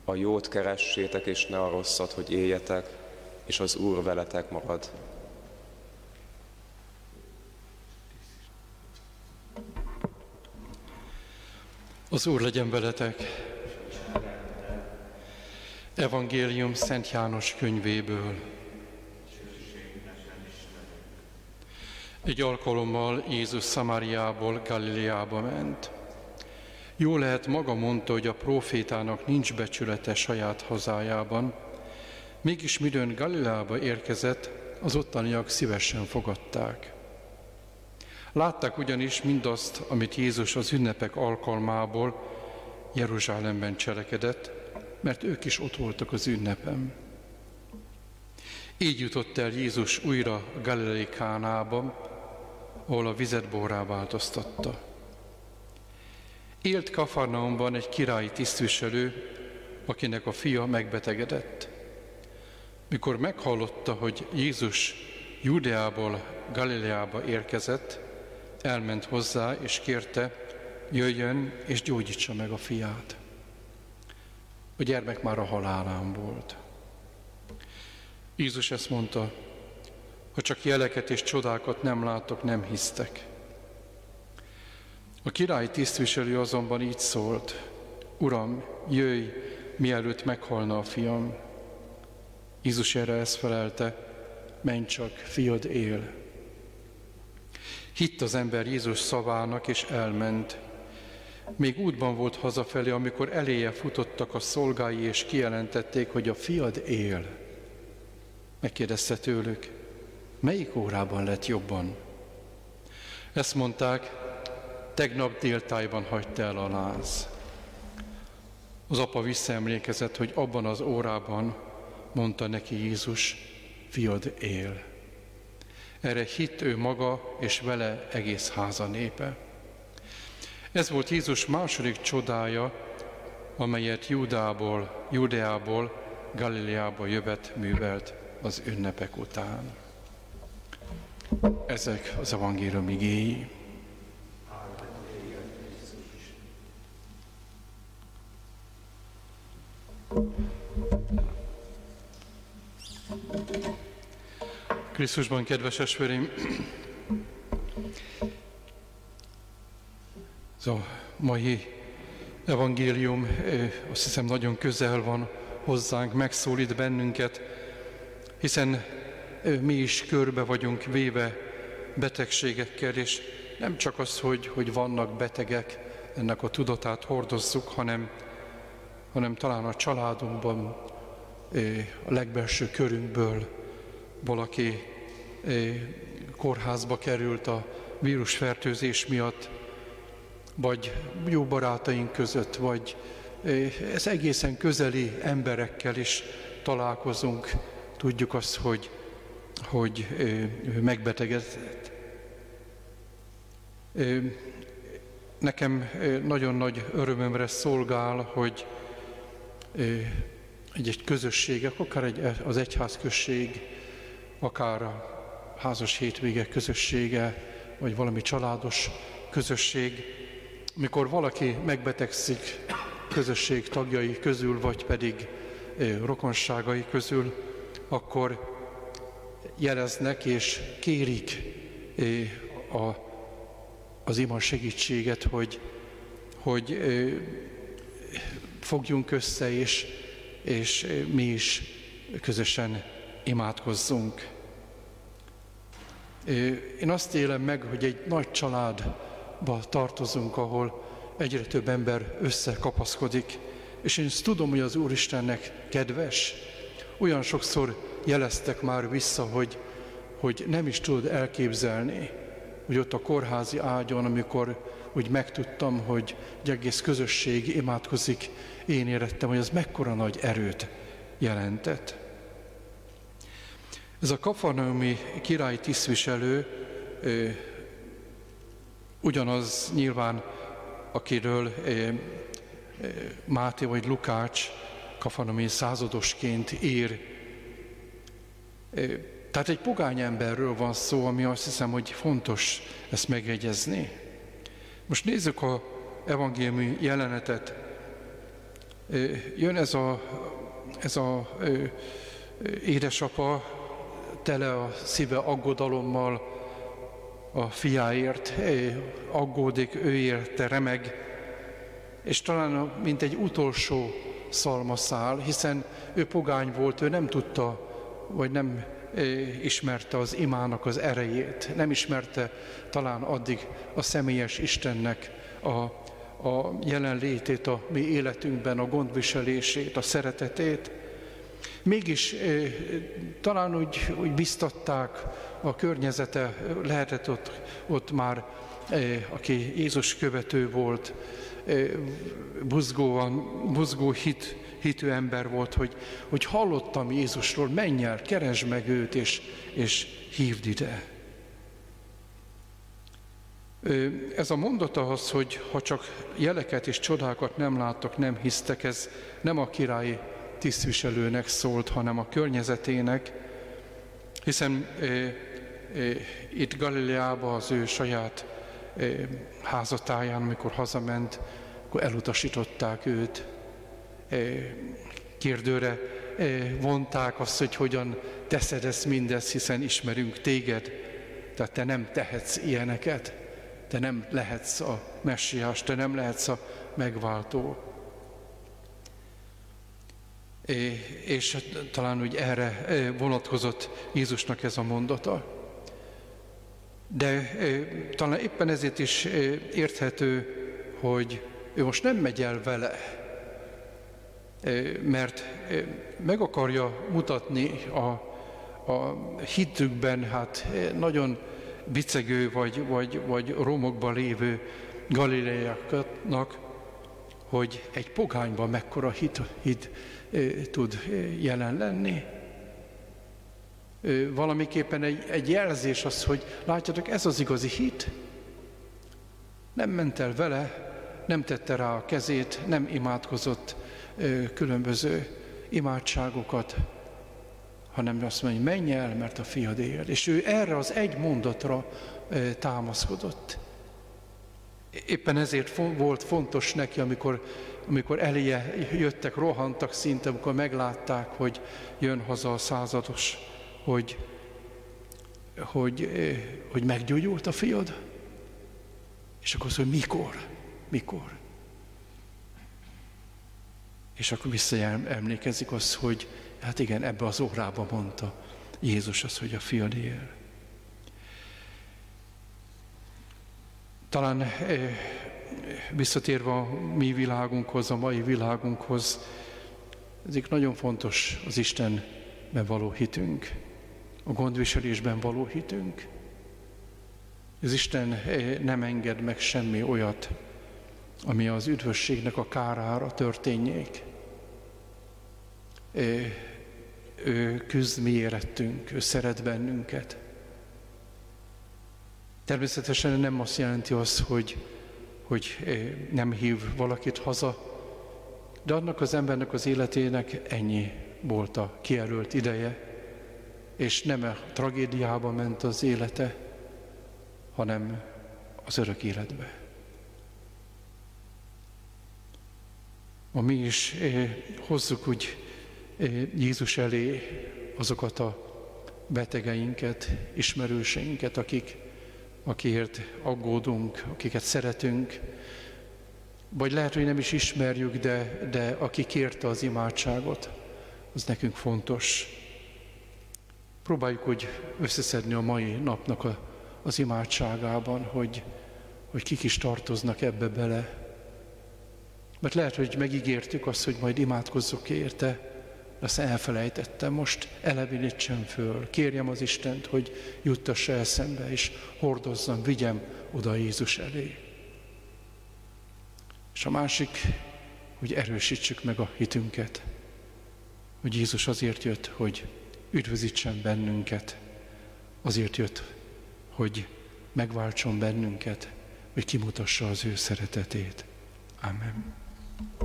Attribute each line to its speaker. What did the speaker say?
Speaker 1: A jót keressétek, és ne a rosszat, hogy éljetek, és az Úr veletek marad.
Speaker 2: Az Úr legyen veletek! Evangélium Szent János könyvéből. Egy alkalommal Jézus Szamáriából Galileába ment. Jó lehet, maga mondta, hogy a prófétának nincs becsülete saját hazájában, mégis midőn Galileába érkezett, az ottaniak szívesen fogadták. Látták ugyanis mindazt, amit Jézus az ünnepek alkalmából Jeruzsálemben cselekedett, mert ők is ott voltak az ünnepen. Így jutott el Jézus újra Galilei Kánába, ahol a vizet borrá változtatta. Élt Kafarnaumban egy királyi tisztviselő, akinek a fia megbetegedett. Mikor meghallotta, hogy Jézus Judeából Galileába érkezett, elment hozzá és kérte, jöjjön és gyógyítsa meg a fiát. A gyermek már a halálán volt. Jézus ezt mondta, ha csak jeleket és csodákat nem látok, nem hisztek. A királyi tisztviselő azonban így szólt, Uram, jöjj, mielőtt meghalna a fiam. Jézus erre ezt felelte, menj csak, fiad él. Hitt az ember Jézus szavának, és elment. Még útban volt hazafelé, amikor eléje futottak a szolgái, és kijelentették, hogy a fiad él. Megkérdezte tőlük, melyik órában lett jobban? Ezt mondták, tegnap déltájban hagyta el a láz. Az apa visszaemlékezett, hogy abban az órában mondta neki Jézus, fiad él. Erre hitt ő maga, és vele egész háza népe. Ez volt Jézus második csodája, amelyet Judeából Galileába jövet művelt az ünnepek után. Ezek az evangélium igéi. Krisztusban, kedves testvéreim, ez a mai evangélium azt hiszem nagyon közel van hozzánk, megszólít bennünket, hiszen mi is körbe vagyunk véve betegségekkel, és nem csak az, hogy vannak betegek, ennek a tudatát hordozzuk, hanem talán a családunkban, a legbelső körünkből valaki kórházba került a vírusfertőzés miatt, vagy jó barátaink között, vagy ez egészen közeli emberekkel is találkozunk, tudjuk azt, hogy megbetegedett. Nekem nagyon nagy örömömre szolgál, hogy egy közösségek, akár az egyházközség, akár a házas hétvége közössége, vagy valami családos közösség, mikor valaki megbetegszik közösség tagjai közül, vagy pedig rokonságai közül, akkor jeleznek és kérik az ima segítséget, hogy fogjunk össze, és mi is közösen imádkozzunk. Én azt élem meg, hogy egy nagy családba tartozunk, ahol egyre több ember összekapaszkodik, és én tudom, hogy az Úristennek kedves. Olyan sokszor jeleztek már vissza, hogy nem is tudod elképzelni, hogy ott a kórházi ágyon, amikor úgy megtudtam, hogy egy egész közösség imádkozik, én érettem, hogy ez mekkora nagy erőt jelentett. Ez a kafarnaumi királyi tisztviselő ugyanaz nyilván, akiről Máté vagy Lukács kafarnaumi századosként ír. Tehát egy pogány emberről van szó, ami azt hiszem, hogy fontos ezt megjegyezni. Most nézzük az evangéliumi jelenetet. Jön ez a édesapa, tele a szíve aggodalommal a fiáért, aggódik, ő érte, remeg, és talán mint egy utolsó szalmaszál, hiszen ő pogány volt, ő nem tudta, vagy nem ismerte az imának az erejét, nem ismerte talán addig a személyes Istennek a jelenlétét a mi életünkben, a gondviselését, a szeretetét. Mégis talán úgy biztatták a környezete, lehetett ott már, aki Jézus követő volt, buzgó hitű ember volt, hogy hallottam Jézusról, menj el, keresd meg őt, és hívd ide. Ez a mondat az, hogy ha csak jeleket és csodákat nem láttak, nem hisztek, ez nem a királyi tisztviselőnek szólt, hanem a környezetének, hiszen itt Galileában az ő saját házatáján, amikor hazament, akkor elutasították őt, kérdőre vonták azt, hogy hogyan teszed ezt mindezt, hiszen ismerünk téged, tehát te nem tehetsz ilyeneket, te nem lehetsz a messiás, te nem lehetsz a megváltó. És talán úgy erre vonatkozott Jézusnak ez a mondata. De talán éppen ezért is érthető, hogy ő most nem megy el vele, mert meg akarja mutatni a hitükben hát nagyon bicegő vagy romokban lévő galileaiaknak, hogy egy pogányban mekkora hit tud jelen lenni. Valamiképpen egy jelzés az, hogy látjátok, ez az igazi hit. Nem ment el vele, nem tette rá a kezét, nem imádkozott különböző imádságokat, hanem azt mondja, hogy menj el, mert a fiad él. És ő erre az egy mondatra támaszkodott. Éppen ezért volt fontos neki, amikor eléje jöttek, rohantak szinte, amikor meglátták, hogy jön haza a százados, hogy meggyógyult a fiad. És akkor azt mondja, mikor? És akkor visszaemlékezik azt, hogy hát igen, ebbe az órában mondta Jézus azt, hogy a fiad él. Talán visszatérve a mi világunkhoz, a mai világunkhoz, ezek nagyon fontos az Istenben való hitünk, a gondviselésben való hitünk. Az Isten nem enged meg semmi olyat, ami az üdvösségnek a kárára történjék. Ő küzd mi érettünk, ő szeret bennünket. Természetesen nem azt jelenti az, hogy nem hív valakit haza, de annak az embernek az életének ennyi volt a kijelölt ideje, és nem a tragédiába ment az élete, hanem az örök életbe. Ma mi is hozzuk úgy Jézus elé azokat a betegeinket, ismerőseinket, akiért aggódunk, akiket szeretünk, vagy lehet, hogy nem is ismerjük, de aki kérte az imádságot, az nekünk fontos. Próbáljuk úgy összeszedni a mai napnak az imádságában, hogy kik is tartoznak ebbe bele. Mert lehet, hogy megígértük azt, hogy majd imádkozzok érte, de azt elfelejtettem, most elevenítsem föl, kérjem az Istent, hogy juttassa eszembe, és hordozzam, vigyem oda Jézus elé. És a másik, hogy erősítsük meg a hitünket, hogy Jézus azért jött, hogy üdvözítsen bennünket, azért jött, hogy megváltson bennünket, hogy kimutassa az ő szeretetét. Amen.